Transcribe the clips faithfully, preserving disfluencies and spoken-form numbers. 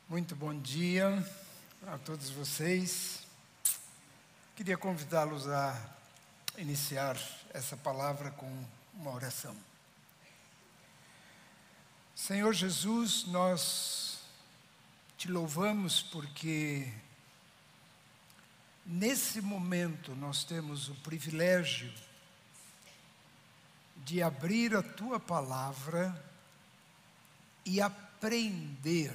Muito bom dia a todos vocês. Queria convidá-los a iniciar essa palavra com uma oração. Senhor Jesus, nós te louvamos porque nesse momento nós temos o privilégio de abrir a tua palavra e aprender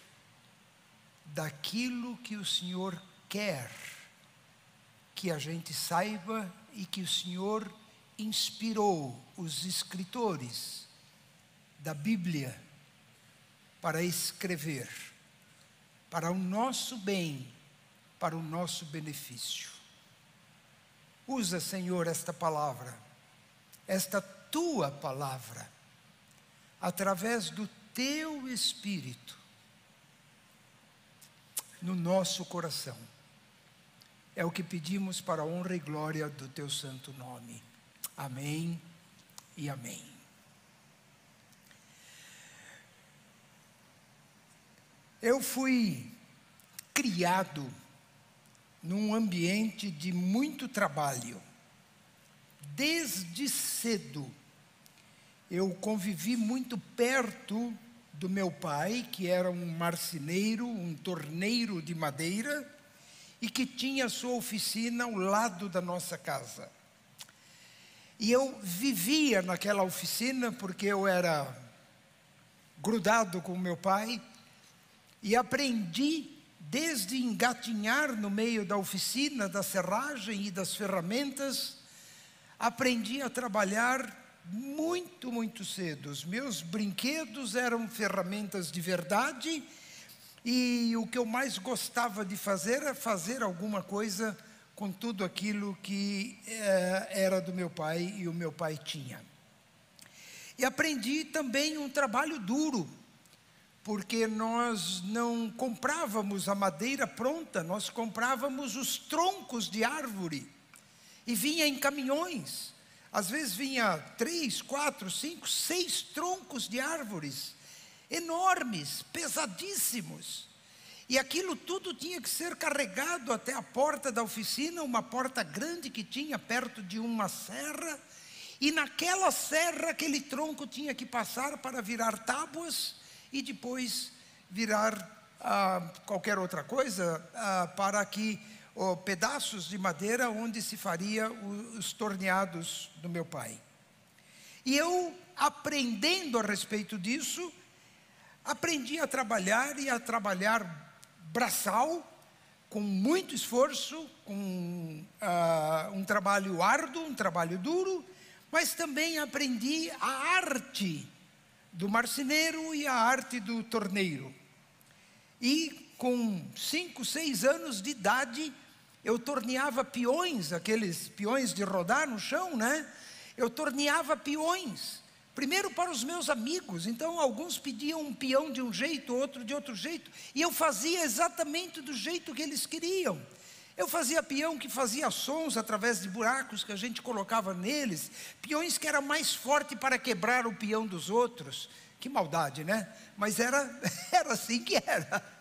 daquilo que o Senhor quer que a gente saiba e que o Senhor inspirou os escritores da Bíblia para escrever, para o nosso bem, para o nosso benefício. Usa, Senhor, esta palavra, esta tua palavra, através do teu Espírito, no nosso coração. É o que pedimos para a honra e glória do teu santo nome. Amém e amém. Eu fui criado num ambiente de muito trabalho. Desde cedo, eu convivi muito perto do meu pai, que era um marceneiro, um torneiro de madeira, e que tinha sua oficina ao lado da nossa casa. E eu vivia naquela oficina porque eu era grudado com meu pai, e aprendi desde engatinhar no meio da oficina, da serragem e das ferramentas, aprendi a trabalhar muito, muito cedo. Os meus brinquedos eram ferramentas de verdade e o que eu mais gostava de fazer era fazer alguma coisa com tudo aquilo que eh, era do meu pai e o meu pai tinha. E aprendi também um trabalho duro, porque nós não comprávamos a madeira pronta, nós comprávamos os troncos de árvore e vinha em caminhões. Às vezes vinha três, quatro, cinco, seis troncos de árvores, enormes, pesadíssimos. E aquilo tudo tinha que ser carregado até a porta da oficina, uma porta grande que tinha perto de uma serra. E naquela serra, aquele tronco tinha que passar para virar tábuas e depois virar ah, qualquer outra coisa ah, para que Oh, pedaços de madeira onde se faria os torneados do meu pai. E eu, aprendendo a respeito disso, aprendi a trabalhar e a trabalhar braçal, com muito esforço, com uh, um trabalho árduo, um trabalho duro, mas também aprendi a arte do marceneiro e a arte do torneiro. E com cinco, seis anos de idade, eu torneava peões, aqueles peões de rodar no chão, né? Eu torneava peões, primeiro para os meus amigos. Então alguns pediam um peão de um jeito, outro de outro jeito, e eu fazia exatamente do jeito que eles queriam. Eu fazia peão que fazia sons através de buracos que a gente colocava neles, peões que era mais forte para quebrar o peão dos outros. Que maldade, né? Mas era, era assim que era.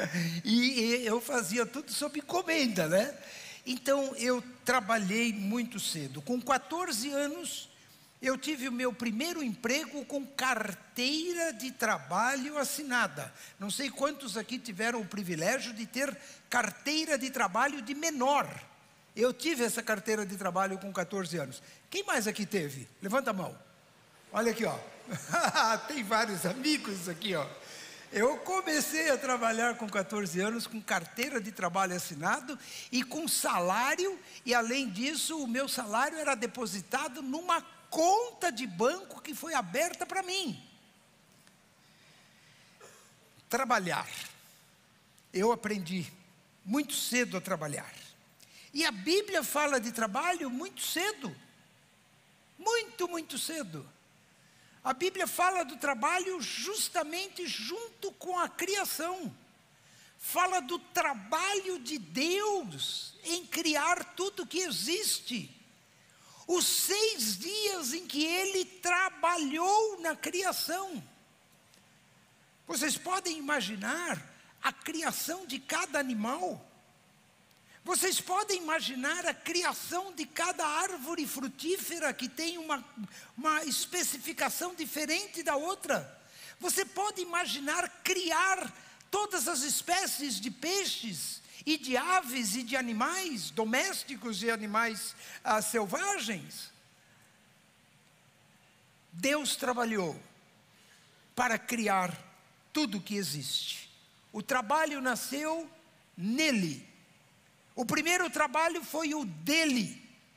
E eu fazia tudo sob encomenda, né? Então eu trabalhei muito cedo. Com quatorze anos, eu tive o meu primeiro emprego com carteira de trabalho assinada. Não sei quantos aqui tiveram o privilégio de ter carteira de trabalho de menor. Eu tive essa carteira de trabalho com quatorze anos. Quem mais aqui teve? Levanta a mão. Olha aqui, ó. Tem vários amigos aqui, ó. Eu comecei a trabalhar com quatorze anos, com carteira de trabalho assinado e com salário, e além disso, o meu salário era depositado numa conta de banco que foi aberta para mim. Trabalhar. Eu aprendi muito cedo a trabalhar. E a Bíblia fala de trabalho muito cedo. Muito, muito cedo. A Bíblia fala do trabalho justamente junto com a criação. Fala do trabalho de Deus em criar tudo que existe. Os seis dias em que Ele trabalhou na criação. Vocês podem imaginar a criação de cada animal. Vocês podem imaginar a criação de cada árvore frutífera que tem uma, uma especificação diferente da outra. Você pode imaginar criar todas as espécies de peixes e de aves e de animais domésticos e animais ah, selvagens. Deus trabalhou para criar tudo que existe. O trabalho nasceu nele. O primeiro trabalho foi o dele.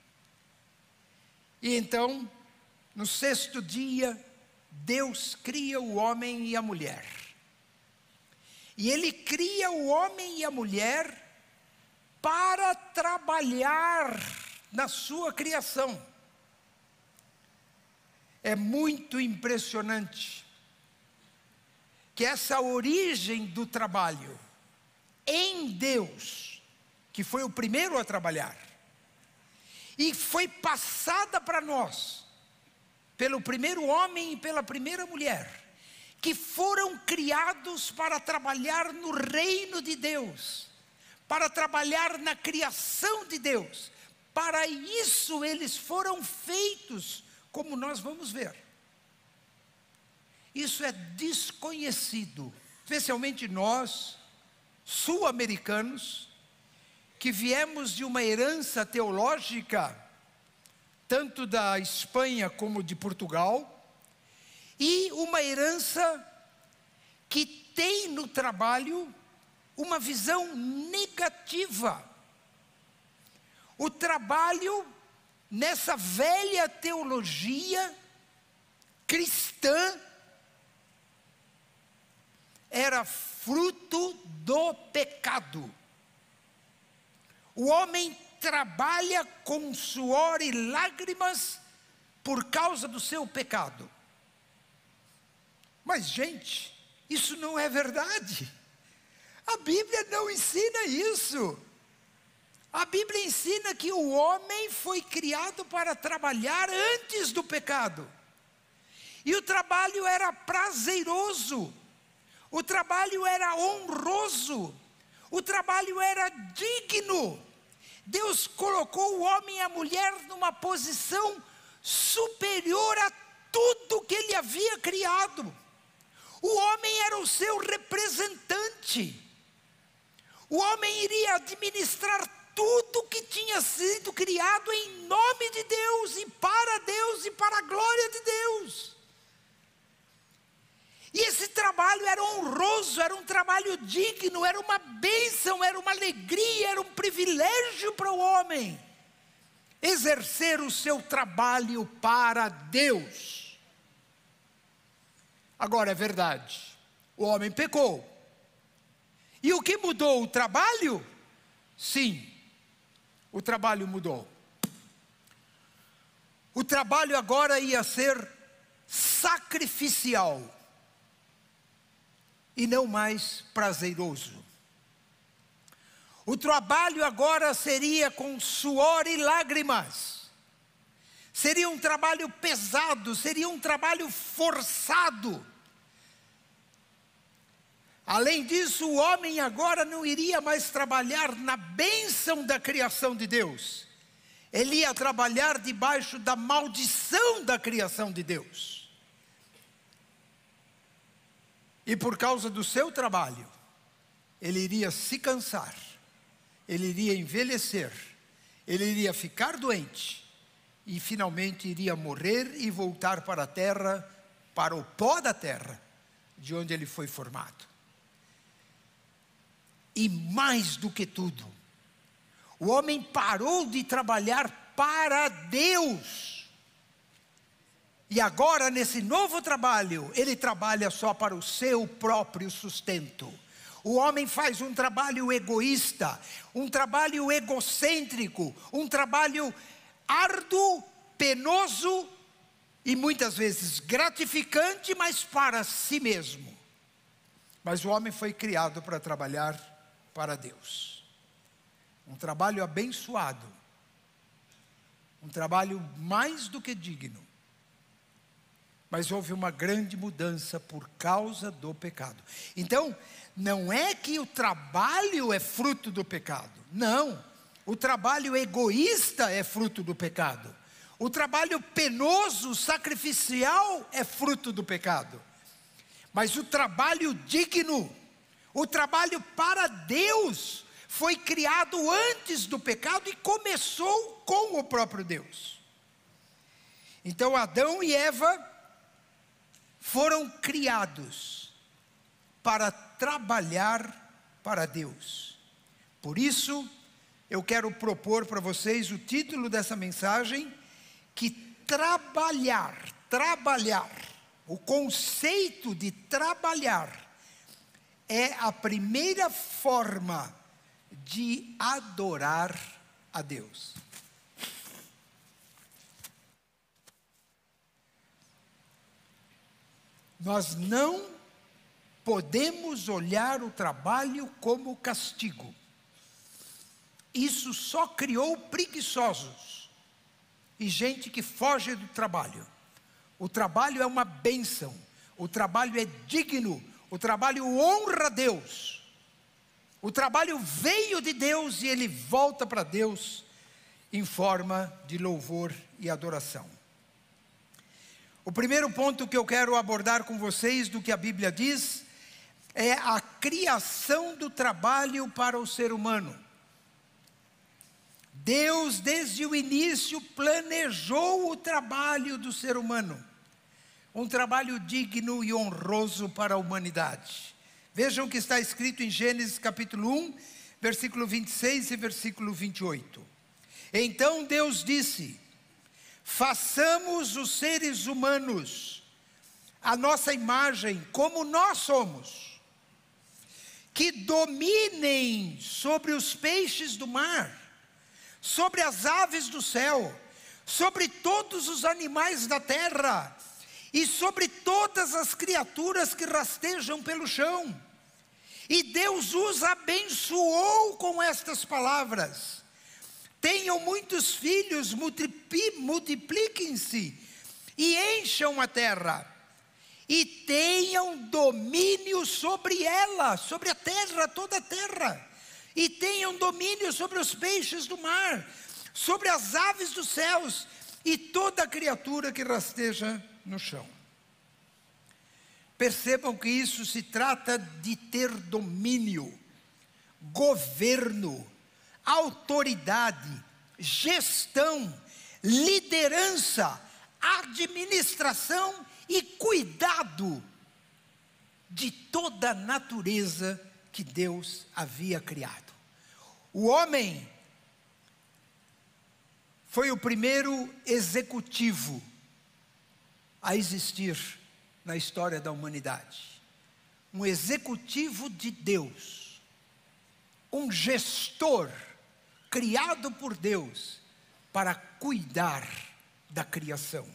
E então, no sexto dia, Deus cria o homem e a mulher. E Ele cria o homem e a mulher para trabalhar na sua criação. É muito impressionante que essa origem do trabalho em Deus, que foi o primeiro a trabalhar, e foi passada para nós, pelo primeiro homem e pela primeira mulher, que foram criados para trabalhar no reino de Deus, para trabalhar na criação de Deus. Para isso eles foram feitos, como nós vamos ver. Isso é desconhecido, especialmente nós, sul-americanos, que viemos de uma herança teológica, tanto da Espanha como de Portugal, e uma herança que tem no trabalho uma visão negativa. O trabalho, nessa velha teologia cristã, era fruto do pecado. O homem trabalha com suor e lágrimas por causa do seu pecado. Mas, gente, isso não é verdade. A Bíblia não ensina isso. A Bíblia ensina que o homem foi criado para trabalhar antes do pecado. E o trabalho era prazeroso. O trabalho era honroso. O trabalho era digno. Deus colocou o homem e a mulher numa posição superior a tudo que Ele havia criado. O homem era o seu representante. O homem iria administrar tudo que tinha sido criado em nome de Deus, e para Deus, e para a glória de Deus. E esse trabalho era honroso, era um trabalho digno, era uma bênção, era uma alegria, era um privilégio para o homem exercer o seu trabalho para Deus. Agora é verdade, o homem pecou. E o que mudou? O trabalho? Sim, o trabalho mudou. O trabalho agora ia ser sacrificial e não mais prazeroso. O trabalho agora seria com suor e lágrimas. Seria um trabalho pesado, seria um trabalho forçado. Além disso, o homem agora não iria mais trabalhar na bênção da criação de Deus. Ele ia trabalhar debaixo da maldição da criação de Deus. E por causa do seu trabalho, ele iria se cansar, ele iria envelhecer, ele iria ficar doente e finalmente iria morrer e voltar para a terra, para o pó da terra, de onde ele foi formado. E mais do que tudo, o homem parou de trabalhar para Deus. E agora, nesse novo trabalho, ele trabalha só para o seu próprio sustento. O homem faz um trabalho egoísta, um trabalho egocêntrico, um trabalho árduo, penoso e muitas vezes gratificante, mas para si mesmo. Mas o homem foi criado para trabalhar para Deus. Um trabalho abençoado, um trabalho mais do que digno. mas houve uma grande mudança por causa do pecado. Então, não é que o trabalho é fruto do pecado. Não, o trabalho egoísta é fruto do pecado. O trabalho penoso, sacrificial é fruto do pecado. Mas o trabalho digno, o trabalho para Deus, foi criado antes do pecado e começou com o próprio Deus. Então Adão e Eva foram criados para trabalhar para Deus. Por isso, eu quero propor para vocês o título dessa mensagem, que trabalhar, trabalhar, o conceito de trabalhar é a primeira forma de adorar a Deus. Nós não podemos olhar o trabalho como castigo. Isso só criou preguiçosos e gente que foge do trabalho. O trabalho é uma bênção, o trabalho é digno, o trabalho honra Deus. O trabalho veio de Deus e ele volta para Deus em forma de louvor e adoração. O primeiro ponto que eu quero abordar com vocês do que a Bíblia diz é a criação do trabalho para o ser humano. Deus, desde o início, planejou o trabalho do ser humano. Um trabalho digno e honroso para a humanidade. Vejam o que está escrito em Gênesis capítulo um, versículo vinte e seis e versículo vinte e oito. Então Deus disse: façamos os seres humanos a nossa imagem, como nós somos, que dominem sobre os peixes do mar, sobre as aves do céu, sobre todos os animais da terra e sobre todas as criaturas que rastejam pelo chão. E Deus os abençoou com estas palavras: tenham muitos filhos, multipliquem-se e encham a terra, e tenham domínio sobre ela, sobre a terra, toda a terra. E tenham domínio sobre os peixes do mar, sobre as aves dos céus e toda a criatura que rasteja no chão. Percebam que isso se trata de ter domínio, governo, autoridade, gestão, liderança, administração e cuidado de toda a natureza que Deus havia criado. O homem foi o primeiro executivo a existir na história da humanidade. Um executivo de Deus, um gestor criado por Deus para cuidar da criação.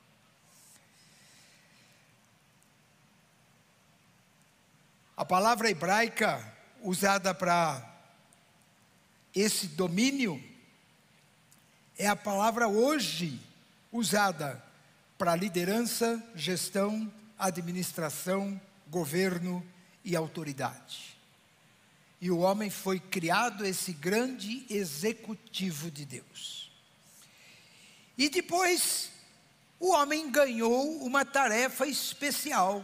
A palavra hebraica usada para esse domínio é a palavra hoje usada para liderança, gestão, administração, governo e autoridade. E o homem foi criado esse grande executivo de Deus. E depois o homem ganhou uma tarefa especial.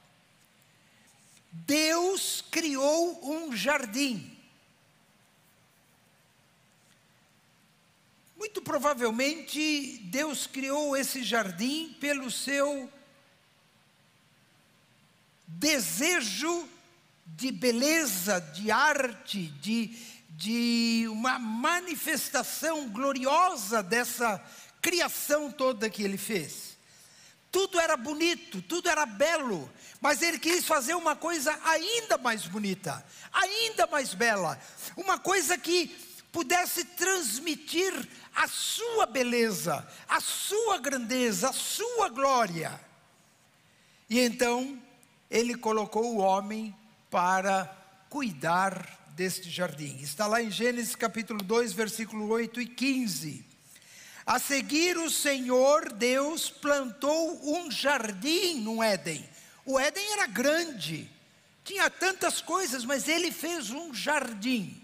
Deus criou um jardim. Muito provavelmente Deus criou esse jardim pelo seu desejo de beleza, de arte, de, de uma manifestação gloriosa dessa criação toda que ele fez. Tudo era bonito, tudo era belo, mas ele quis fazer uma coisa ainda mais bonita, ainda mais bela, uma coisa que pudesse transmitir a sua beleza, a sua grandeza, a sua glória. E então ele colocou o homem para cuidar deste jardim. Está lá em Gênesis capítulo dois, versículo oito e quinze. A seguir, o Senhor Deus plantou um jardim no Éden. O Éden era grande, tinha tantas coisas, mas ele fez um jardim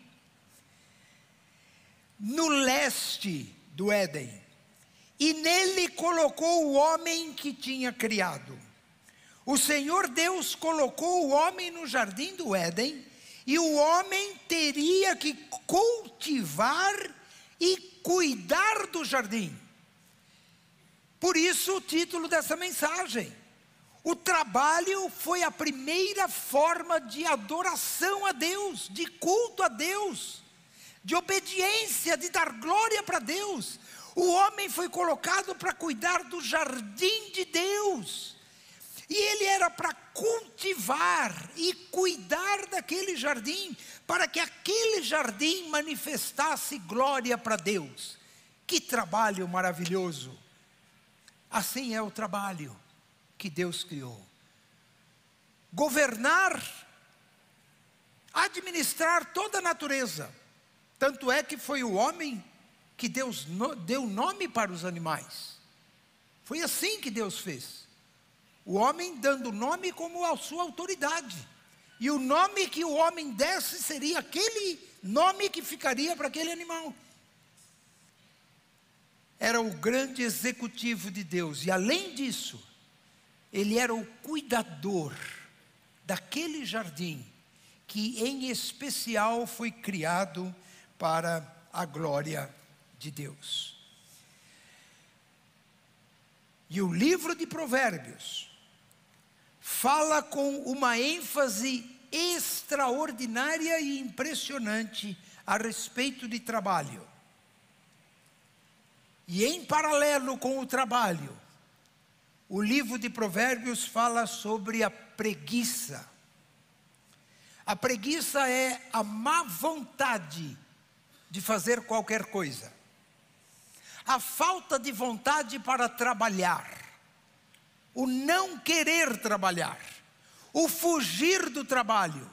no leste do Éden. E nele colocou o homem que tinha criado. O Senhor Deus colocou o homem no jardim do Éden, e o homem teria que cultivar e cuidar do jardim. Por isso o título dessa mensagem. O trabalho foi a primeira forma de adoração a Deus, de culto a Deus, de obediência, de dar glória para Deus. O homem foi colocado para cuidar do jardim de Deus. E ele era para cultivar e cuidar daquele jardim, para que aquele jardim manifestasse glória para Deus. Que trabalho maravilhoso! Assim é o trabalho que Deus criou. Governar, administrar toda a natureza. Tanto é que foi o homem que Deus deu nome para os animais. Foi assim que Deus fez. O homem dando nome como a sua autoridade. E o nome que o homem desse seria aquele nome que ficaria para aquele animal. Era o grande executivo de Deus. E além disso, ele era o cuidador daquele jardim, que em especial foi criado para a glória de Deus. E o livro de Provérbios fala com uma ênfase extraordinária e impressionante a respeito de trabalho. E em paralelo com o trabalho, o livro de Provérbios fala sobre a preguiça. A preguiça é a má vontade de fazer qualquer coisa. A falta de vontade para trabalhar. O não querer trabalhar. O fugir do trabalho.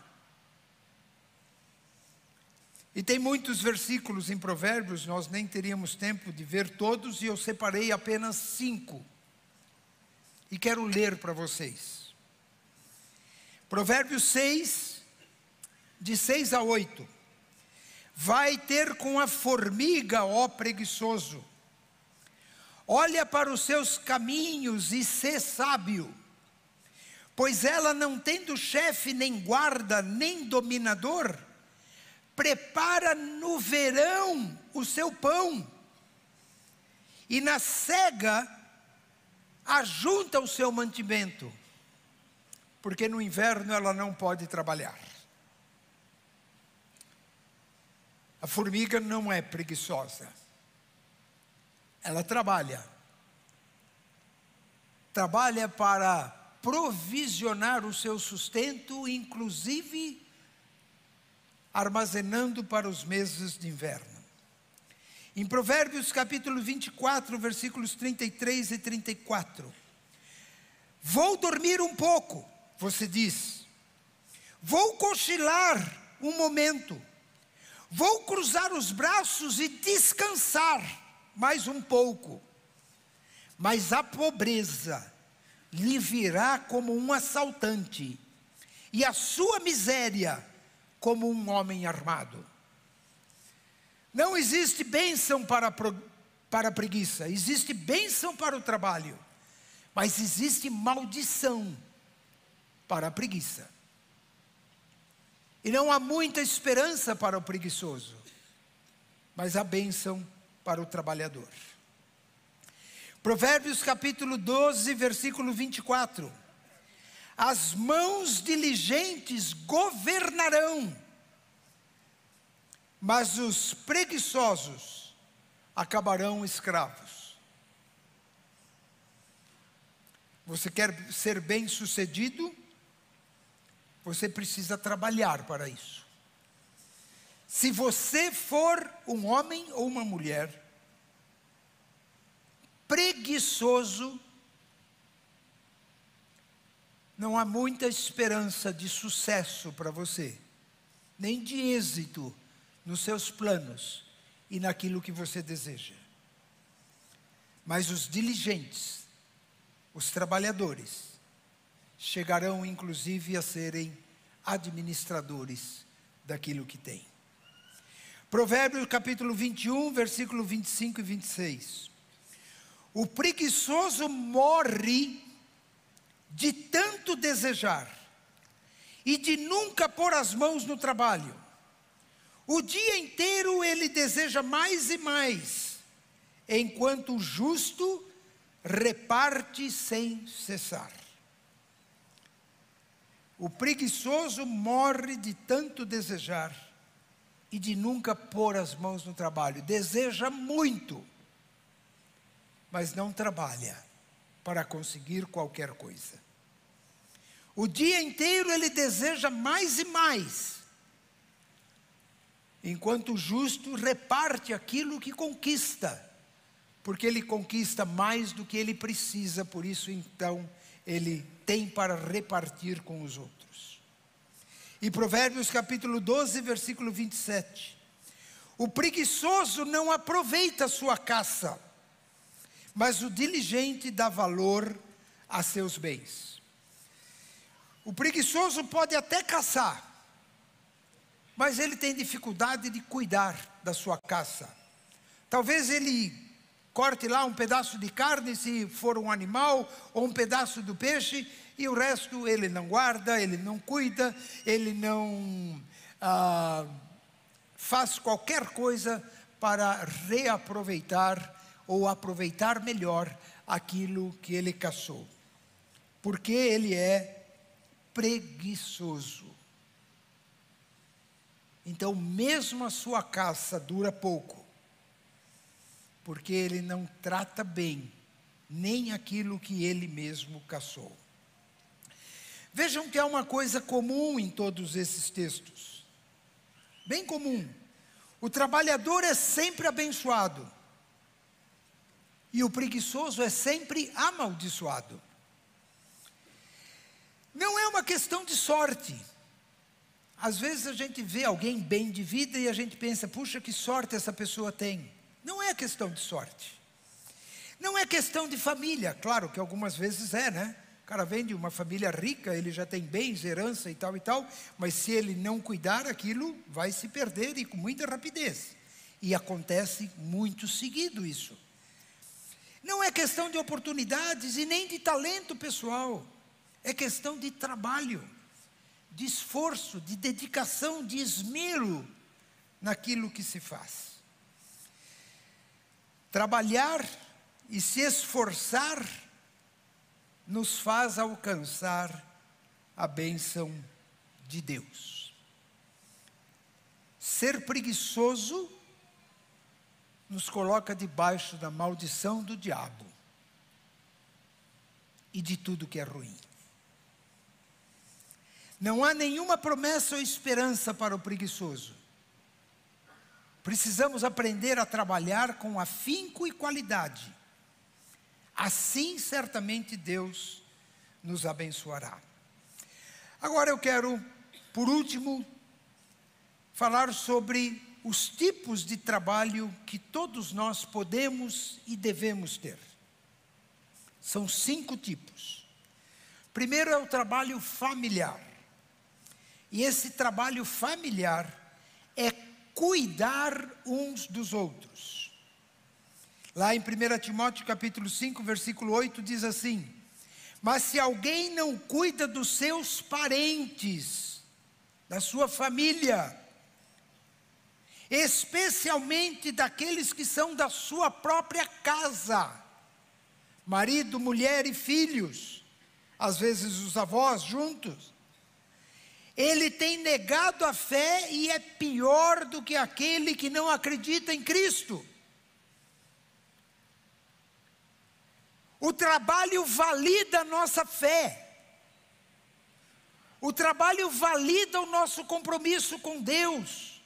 E tem muitos versículos em Provérbios, nós nem teríamos tempo de ver todos, e eu separei apenas cinco. E quero ler para vocês. Provérbios seis, de seis a oito. Vai ter com a formiga, ó preguiçoso. Olha para os seus caminhos e sê sábio. Pois ela, não tendo chefe, nem guarda, nem dominador, prepara no verão o seu pão, e na cega ajunta o seu mantimento, porque no inverno ela não pode trabalhar. A formiga não é preguiçosa. Ela trabalha. Trabalha para provisionar o seu sustento, inclusive armazenando para os meses de inverno. Em Provérbios capítulo vinte e quatro, versículos trinta e três e trinta e quatro. Vou dormir um pouco, você diz. Vou cochilar um momento. Vou cruzar os braços e descansar mais um pouco. Mas a pobreza lhe virá como um assaltante, e a sua miséria como um homem armado. Não existe bênção para, para a preguiça, existe bênção para o trabalho, mas existe maldição para a preguiça. E não há muita esperança para o preguiçoso, mas há bênção para o trabalhador. Provérbios capítulo doze, versículo vinte e quatro. As mãos diligentes governarão, mas os preguiçosos acabarão escravos. Você quer ser bem-sucedido? Você precisa trabalhar para isso. Se você for um homem ou uma mulher preguiçoso, não há muita esperança de sucesso para você, nem de êxito nos seus planos e naquilo que você deseja. Mas os diligentes, os trabalhadores, chegarão inclusive a serem administradores daquilo que têm. Provérbios capítulo vinte e um, versículo vinte e cinco e vinte e seis. O preguiçoso morre de tanto desejar e de nunca pôr as mãos no trabalho. O dia inteiro ele deseja mais e mais, enquanto o justo reparte sem cessar. O preguiçoso morre de tanto desejar e de nunca pôr as mãos no trabalho. Deseja muito, mas não trabalha para conseguir qualquer coisa. O dia inteiro ele deseja mais e mais, enquanto o justo reparte aquilo que conquista, porque ele conquista mais do que ele precisa, por isso então ele tem para repartir com os outros. E Provérbios capítulo doze, versículo vinte e sete. O preguiçoso não aproveita a sua caça, mas o diligente dá valor a seus bens. O preguiçoso pode até caçar, mas ele tem dificuldade de cuidar da sua caça. Talvez ele corte lá um pedaço de carne, se for um animal, ou um pedaço do peixe, e o resto ele não guarda, ele não cuida, ele não ah, faz qualquer coisa para reaproveitar ou aproveitar melhor aquilo que ele caçou, porque ele é preguiçoso. Então mesmo a sua caça dura pouco, porque ele não trata bem nem aquilo que ele mesmo caçou. Vejam que há uma coisa comum em todos esses textos, bem comum. O trabalhador é sempre abençoado, e o preguiçoso é sempre amaldiçoado. Não é uma questão de sorte. Às vezes a gente vê alguém bem de vida e a gente pensa, puxa, que sorte essa pessoa tem. Não é questão de sorte. Não é questão de família. Claro que algumas vezes é, né? O cara vem de uma família rica, ele já tem bens, herança e tal e tal, mas se ele não cuidar, aquilo vai se perder e com muita rapidez. E acontece muito seguido isso. Não é questão de oportunidades e nem de talento pessoal. É questão de trabalho, de esforço, de dedicação, de esmero naquilo que se faz. Trabalhar e se esforçar nos faz alcançar a bênção de Deus. Ser preguiçoso nos coloca debaixo da maldição do diabo e de tudo que é ruim. Não há nenhuma promessa ou esperança para o preguiçoso. Precisamos aprender a trabalhar com afinco e qualidade. Assim, certamente, Deus nos abençoará. Agora eu quero, por último, falar sobre os tipos de trabalho que todos nós podemos e devemos ter. São cinco tipos. Primeiro é o trabalho familiar. E esse trabalho familiar é cuidar uns dos outros. Lá em primeiro Timóteo capítulo cinco, versículo oito, diz assim: mas se alguém não cuida dos seus parentes, da sua família, especialmente daqueles que são da sua própria casa, marido, mulher e filhos, às vezes os avós juntos, ele tem negado a fé e é pior do que aquele que não acredita em Cristo. O trabalho valida a nossa fé. O trabalho valida o nosso compromisso com Deus.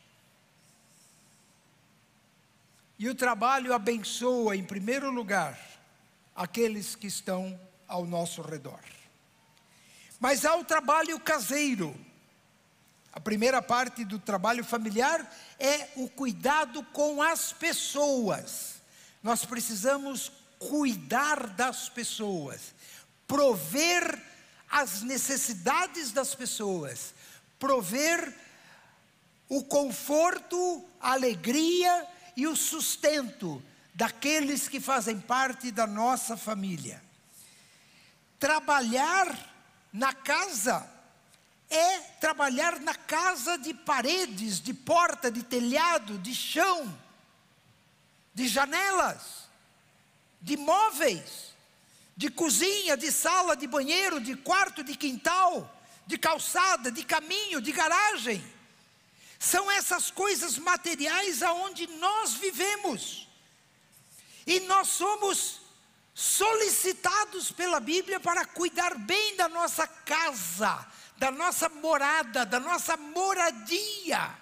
E o trabalho abençoa, em primeiro lugar, aqueles que estão ao nosso redor. Mas há o trabalho caseiro. A primeira parte do trabalho familiar é o cuidado com as pessoas. Nós precisamos cuidar das pessoas, prover as necessidades das pessoas, prover o conforto, a alegria e o sustento daqueles que fazem parte da nossa família. Trabalhar na casa é trabalhar na casa de paredes, de porta, de telhado, de chão, de janelas, de móveis, de cozinha, de sala, de banheiro, de quarto, de quintal, de calçada, de caminho, de garagem. São essas coisas materiais aonde nós vivemos. E nós somos solicitados pela Bíblia para cuidar bem da nossa casa, da nossa morada, da nossa moradia.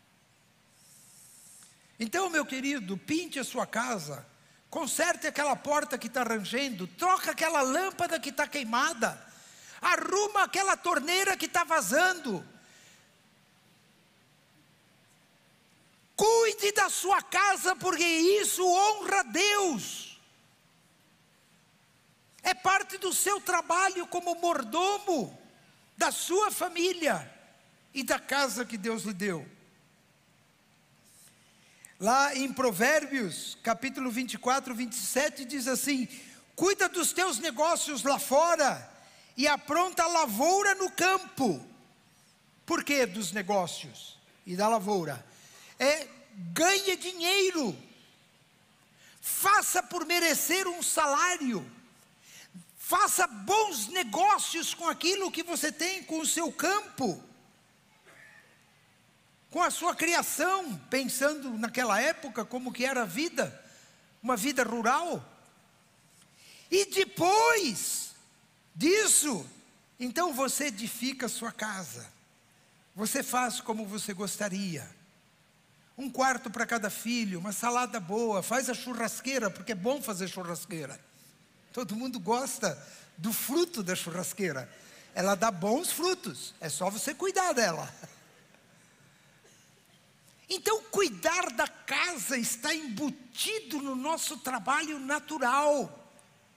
Então, meu querido, pinte a sua casa, conserte aquela porta que está rangendo, troca aquela lâmpada que está queimada, arruma aquela torneira que está vazando. Cuide da sua casa, porque isso honra a Deus. É parte do seu trabalho como mordomo da sua família e da casa que Deus lhe deu. Lá em Provérbios, capítulo vinte e quatro, vinte e sete, diz assim: cuida dos teus negócios lá fora e apronta a lavoura no campo. Por que dos negócios e da lavoura? É, ganhe dinheiro, faça por merecer um salário, faça bons negócios com aquilo que você tem, com o seu campo, com a sua criação, pensando naquela época como que era a vida, uma vida rural. E depois disso, então você edifica a sua casa, você faz como você gostaria, um quarto para cada filho, uma salada boa, faz a churrasqueira, porque é bom fazer churrasqueira. Todo mundo gosta do fruto da churrasqueira. Ela dá bons frutos, é só você cuidar dela. Então, cuidar da casa está embutido no nosso trabalho natural.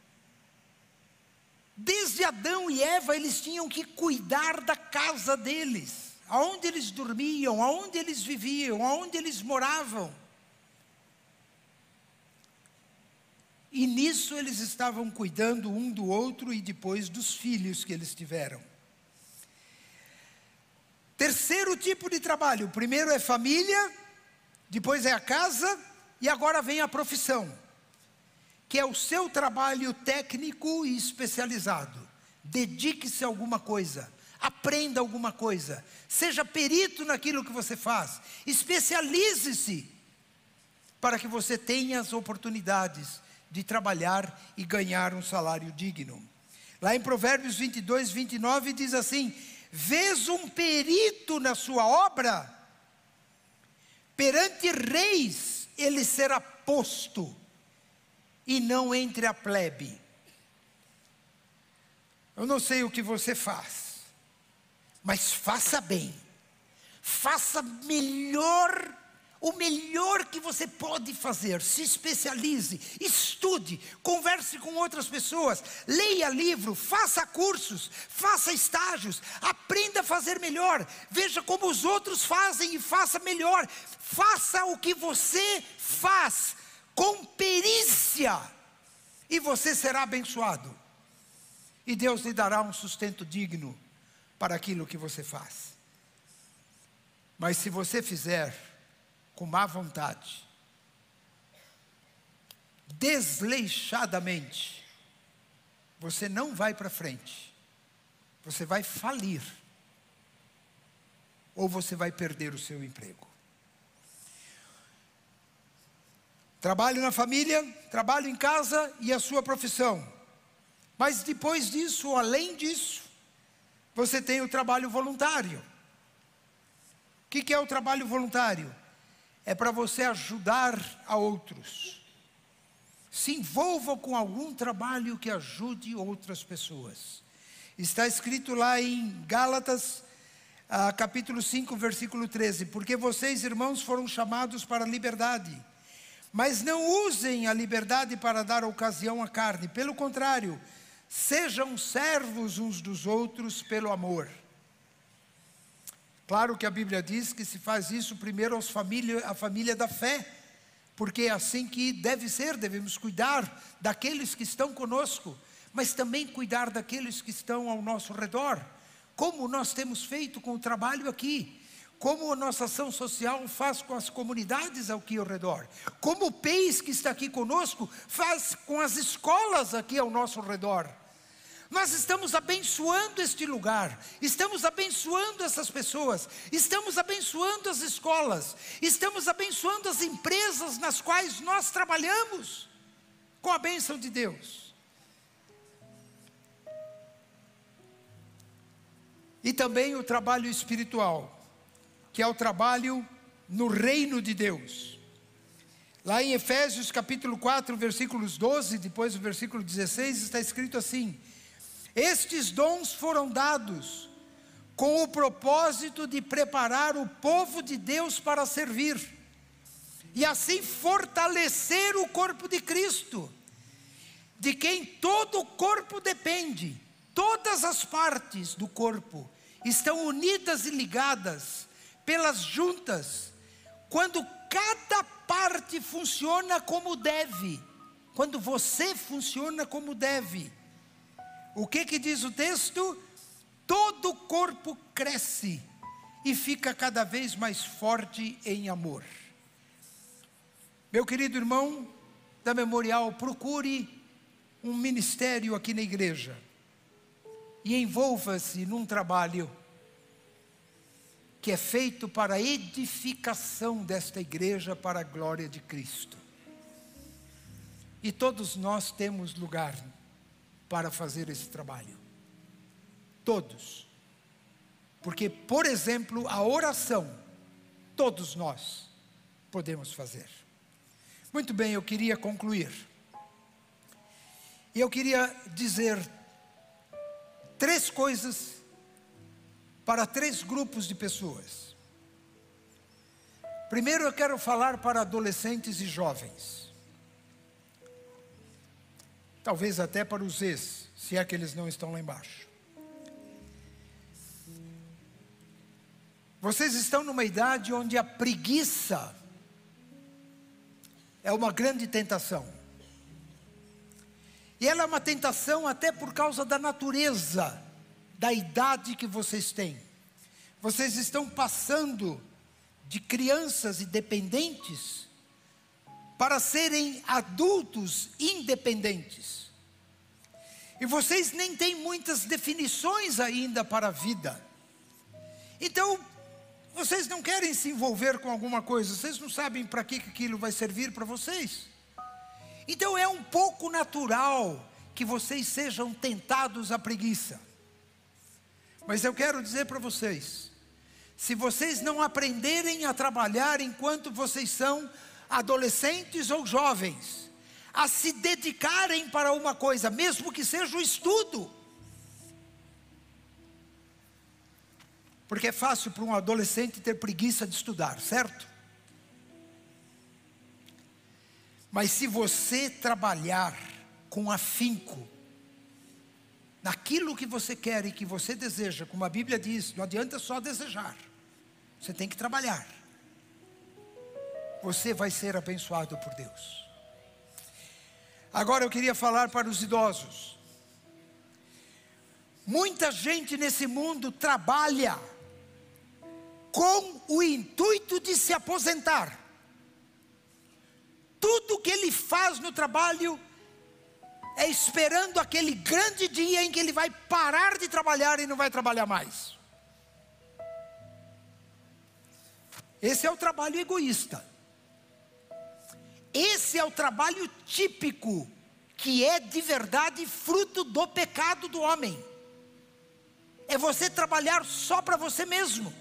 Desde Adão e Eva, eles tinham que cuidar da casa deles. Aonde eles dormiam, aonde eles viviam, aonde eles moravam. E nisso eles estavam cuidando um do outro e depois dos filhos que eles tiveram. Terceiro tipo de trabalho: o primeiro é família, depois é a casa e agora vem a profissão, que é o seu trabalho técnico e especializado. Dedique-se a alguma coisa, aprenda alguma coisa, seja perito naquilo que você faz, especialize-se para que você tenha as oportunidades de trabalhar e ganhar um salário digno. Lá em Provérbios vinte e dois, vinte e nove diz assim: vês um perito na sua obra, perante reis ele será posto, e não entre a plebe. Eu não sei o que você faz, mas faça bem, faça melhor, o melhor que você pode fazer. Se especialize, estude, converse com outras pessoas, leia livro, faça cursos, faça estágios, aprenda a fazer melhor, veja como os outros fazem e faça melhor. Faça o que você faz com perícia e você será abençoado, e Deus lhe dará um sustento digno para aquilo que você faz. Mas se você fizer com má vontade, desleixadamente, você não vai para frente, você vai falir, ou você vai perder o seu emprego. Trabalho na família, trabalho em casa e a sua profissão. Mas depois disso, além disso, você tem o trabalho voluntário. O que que é o trabalho voluntário? É para você ajudar a outros. Se envolva com algum trabalho que ajude outras pessoas. Está escrito lá em Gálatas, ah, capítulo cinco, versículo treze. Porque vocês, irmãos, foram chamados para a liberdade. Mas não usem a liberdade para dar ocasião à carne. Pelo contrário, sejam servos uns dos outros pelo amor. Claro que a Bíblia diz que se faz isso primeiro aos família, à família da fé, porque é assim que deve ser, devemos cuidar daqueles que estão conosco, mas também cuidar daqueles que estão ao nosso redor, como nós temos feito com o trabalho aqui, como a nossa ação social faz com as comunidades aqui ao redor, como o P E I S que está aqui conosco faz com as escolas aqui ao nosso redor. Nós estamos abençoando este lugar, estamos abençoando essas pessoas, estamos abençoando as escolas, estamos abençoando as empresas nas quais nós trabalhamos, com a bênção de Deus. E também o trabalho espiritual, que é o trabalho no reino de Deus. Lá em Efésios capítulo quatro, versículos doze, depois do versículo dezesseis, está escrito assim: estes dons foram dados com o propósito de preparar o povo de Deus para servir, e assim fortalecer o corpo de Cristo, de quem todo o corpo depende. Todas as partes do corpo estão unidas e ligadas pelas juntas, quando cada parte funciona como deve, quando você funciona como deve. O que que diz o texto? Todo o corpo cresce e fica cada vez mais forte em amor. Meu querido irmão da Memorial, procure um ministério aqui na igreja e envolva-se num trabalho que é feito para a edificação desta igreja para a glória de Cristo. E todos nós temos lugar para fazer esse trabalho. Todos. Porque, por exemplo, a oração, todos nós podemos fazer. Muito bem, eu queria concluir. E eu queria dizer três coisas para três grupos de pessoas. Primeiro, eu quero falar para adolescentes e jovens. Talvez até para os ex, se é que eles não estão lá embaixo. Vocês estão numa idade onde a preguiça é uma grande tentação. E ela é uma tentação até por causa da natureza da idade que vocês têm. Vocês estão passando de crianças independentes para serem adultos independentes. E vocês nem têm muitas definições ainda para a vida. Então, vocês não querem se envolver com alguma coisa, vocês não sabem para que aquilo vai servir para vocês. Então é um pouco natural que vocês sejam tentados à preguiça. Mas eu quero dizer para vocês, se vocês não aprenderem a trabalhar enquanto vocês são adolescentes ou jovens, a se dedicarem para uma coisa, mesmo que seja o estudo. Porque é fácil para um adolescente ter preguiça de estudar, certo? Mas se você trabalhar com afinco, naquilo que você quer e que você deseja, como a Bíblia diz, não adianta só desejar, você tem que trabalhar. Você vai ser abençoado por Deus. Agora eu queria falar para os idosos. Muita gente nesse mundo trabalha com o intuito de se aposentar. Tudo que ele faz no trabalho é esperando aquele grande dia em que ele vai parar de trabalhar e não vai trabalhar mais. Esse é o trabalho egoísta. Esse é o trabalho típico, que é de verdade fruto do pecado do homem. É você trabalhar só para você mesmo.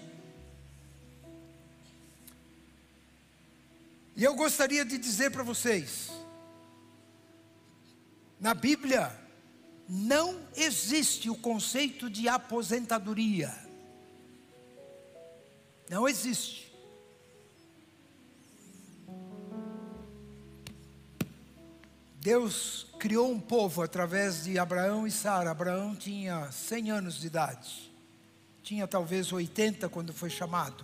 E eu gostaria de dizer para vocês, na Bíblia não existe o conceito de aposentadoria. Não existe. Deus criou um povo através de Abraão e Sara. Abraão tinha cem anos de idade. Tinha talvez oitenta quando foi chamado.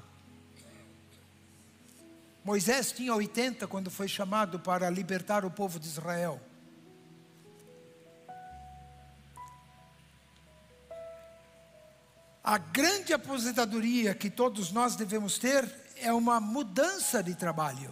Moisés tinha oitenta quando foi chamado para libertar o povo de Israel. A grande aposentadoria que todos nós devemos ter é uma mudança de trabalho.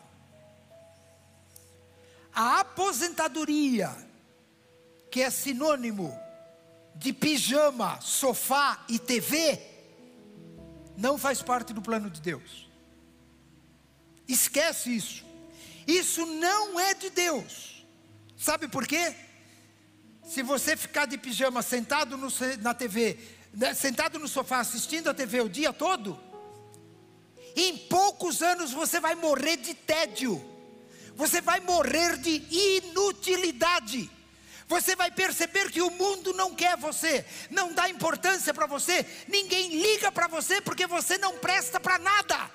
A aposentadoria, que é sinônimo de pijama, sofá e T V, não faz parte do plano de Deus. Esquece isso. Isso não é de Deus. Sabe por quê? Se você ficar de pijama sentado no, na T V, sentado no sofá assistindo a T V o dia todo, em poucos anos você vai morrer de tédio. Você vai morrer de inutilidade. Você vai perceber que o mundo não quer você, não dá importância para você, ninguém liga para você porque você não presta para nada.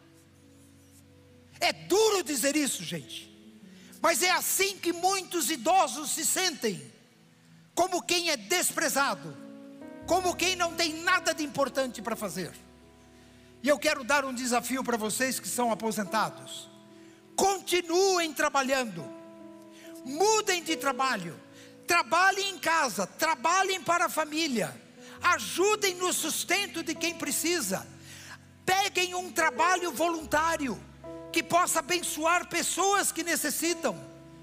É duro dizer isso, gente, mas é assim que muitos idosos se sentem, como quem é desprezado, como quem não tem nada de importante para fazer. E eu quero dar um desafio para vocês que são aposentados: continuem trabalhando, mudem de trabalho, trabalhem em casa, trabalhem para a família, ajudem no sustento de quem precisa, peguem um trabalho voluntário, que possa abençoar pessoas que necessitam,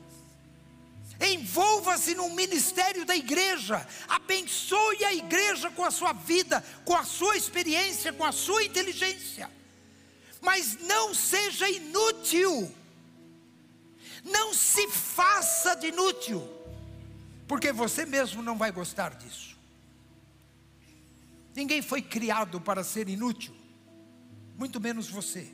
envolva-se no ministério da igreja, abençoe a igreja com a sua vida, com a sua experiência, com a sua inteligência, mas não seja inútil, não se faça de inútil, porque você mesmo não vai gostar disso. Ninguém foi criado para ser inútil, muito menos você.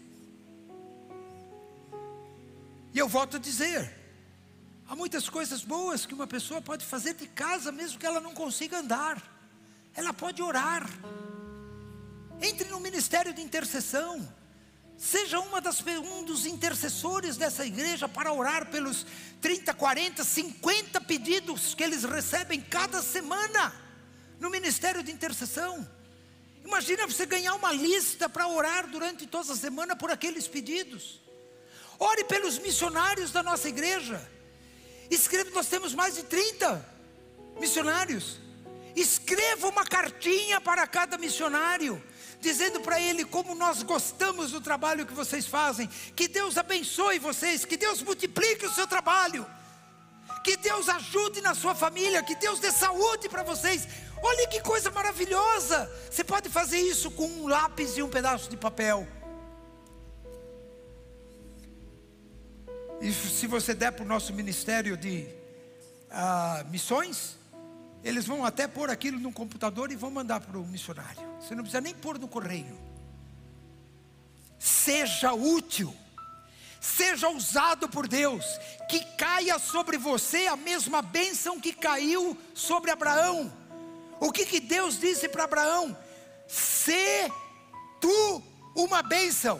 E eu volto a dizer, há muitas coisas boas que uma pessoa pode fazer de casa, mesmo que ela não consiga andar. Ela pode orar. Entre no ministério de intercessão. Seja uma das, um dos intercessores dessa igreja para orar pelos trinta, quarenta, cinquenta pedidos que eles recebem cada semana no ministério de intercessão. Imagina você ganhar uma lista para orar durante toda a semana por aqueles pedidos. Ore pelos missionários da nossa igreja. Escreva, nós temos mais de trinta missionários. Escreva uma cartinha para cada missionário, dizendo para ele como nós gostamos do trabalho que vocês fazem. Que Deus abençoe vocês, que Deus multiplique o seu trabalho, que Deus ajude na sua família, que Deus dê saúde para vocês. Olha que coisa maravilhosa. Você pode fazer isso com um lápis e um pedaço de papel. E se você der para o nosso ministério de uh, missões, eles vão até pôr aquilo no computador e vão mandar para o missionário. Você não precisa nem pôr no correio. Seja útil, seja usado por Deus, que caia sobre você a mesma bênção que caiu sobre Abraão. O que que Deus disse para Abraão? Sê tu uma bênção.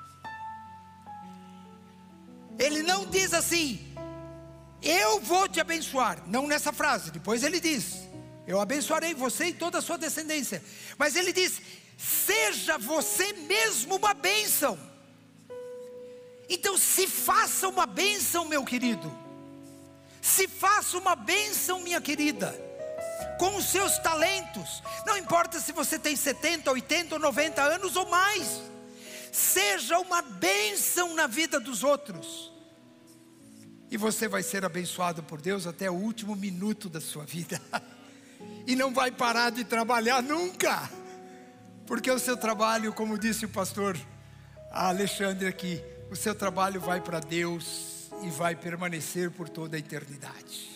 Ele não diz assim, eu vou te abençoar. Não nessa frase, depois ele diz, eu abençoarei você e toda a sua descendência. Mas ele diz, seja você mesmo uma bênção. Então se faça uma bênção, meu querido. Se faça uma bênção, minha querida, com os seus talentos. Não importa se você tem setenta, oitenta ou noventa anos ou mais. Seja uma bênção na vida dos outros. E você vai ser abençoado por Deus até o último minuto da sua vida. E não vai parar de trabalhar nunca. Porque o seu trabalho, como disse o pastor Alexandre aqui, o seu trabalho vai para Deus e vai permanecer por toda a eternidade.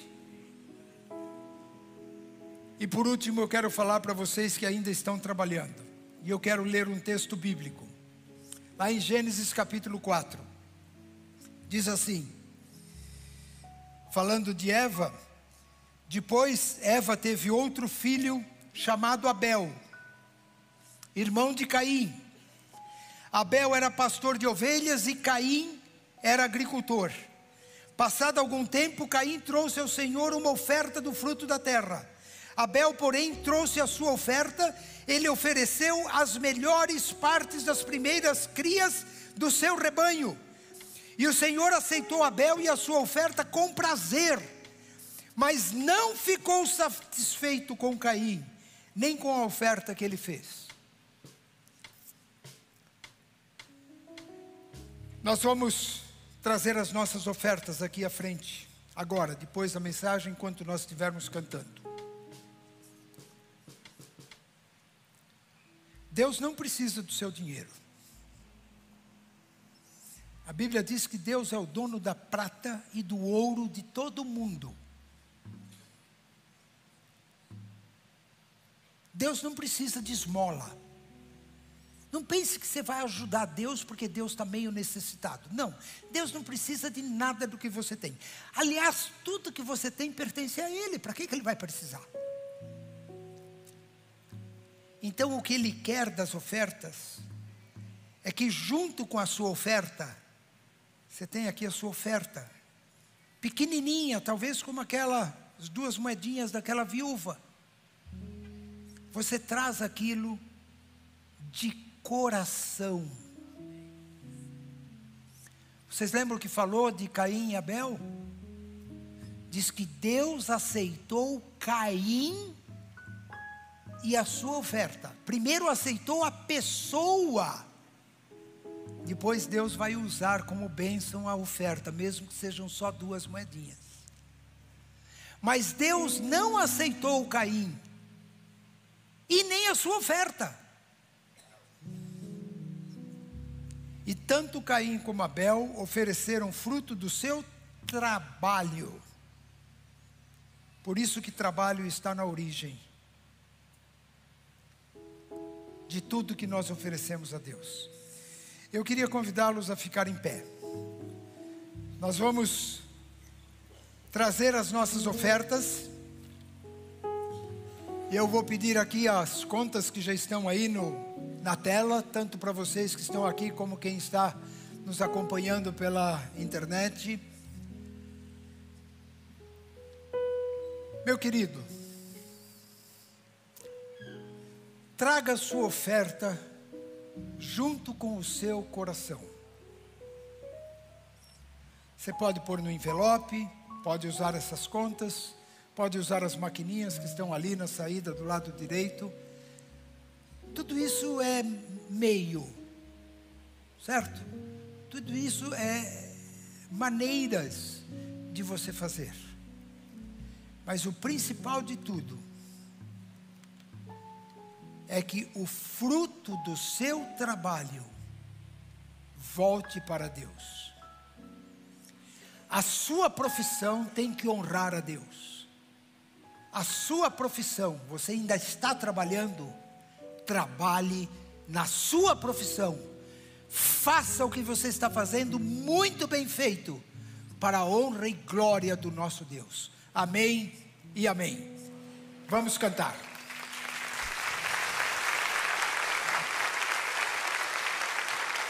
E por último eu quero falar para vocês que ainda estão trabalhando. E eu quero ler um texto bíblico. Lá em Gênesis capítulo quatro, diz assim, falando de Eva, depois Eva teve outro filho chamado Abel, irmão de Caim. Abel era pastor de ovelhas e Caim era agricultor. Passado algum tempo, Caim trouxe ao Senhor uma oferta do fruto da terra. Abel, porém, trouxe a sua oferta. Ele ofereceu as melhores partes das primeiras crias do seu rebanho. E o Senhor aceitou Abel e a sua oferta com prazer, mas não ficou satisfeito com Caim, nem com a oferta que ele fez. Nós vamos trazer as nossas ofertas aqui à frente, agora, depois da mensagem, enquanto nós estivermos cantando. Deus não precisa do seu dinheiro. A Bíblia diz que Deus é o dono da prata e do ouro de todo mundo. Deus não precisa de esmola. Não pense que você vai ajudar Deus porque Deus está meio necessitado. Não, Deus não precisa de nada do que você tem. Aliás, tudo que você tem pertence a Ele. Para que que Ele vai precisar? Então, o que Ele quer das ofertas é que junto com a sua oferta, você tem aqui a sua oferta, pequenininha, talvez como aquela, as duas moedinhas daquela viúva. Você traz aquilo de coração. Vocês lembram que falou de Caim e Abel? Diz que Deus aceitou Caim e a sua oferta. Primeiro aceitou a pessoa, depois Deus vai usar como bênção a oferta, mesmo que sejam só duas moedinhas. Mas Deus não aceitou Caim e nem a sua oferta. E tanto Caim como Abel ofereceram fruto do seu trabalho. Por isso que trabalho está na origem de tudo que nós oferecemos a Deus. Eu queria convidá-los a ficar em pé. Nós vamos trazer as nossas ofertas. Eu vou pedir aqui as contas que já estão aí no na tela, tanto para vocês que estão aqui, como quem está nos acompanhando pela internet. Meu querido, traga a sua oferta junto com o seu coração. Você pode pôr no envelope, pode usar essas contas, pode usar as maquininhas que estão ali na saída do lado direito. Tudo isso é meio, certo? Tudo isso é maneiras de você fazer. Mas o principal de tudo é que o fruto do seu trabalho volte para Deus. A sua profissão tem que honrar a Deus. A sua profissão, você ainda está trabalhando, trabalhe na sua profissão. Faça o que você está fazendo muito bem feito, para a honra e glória do nosso Deus. Amém e amém. Vamos cantar.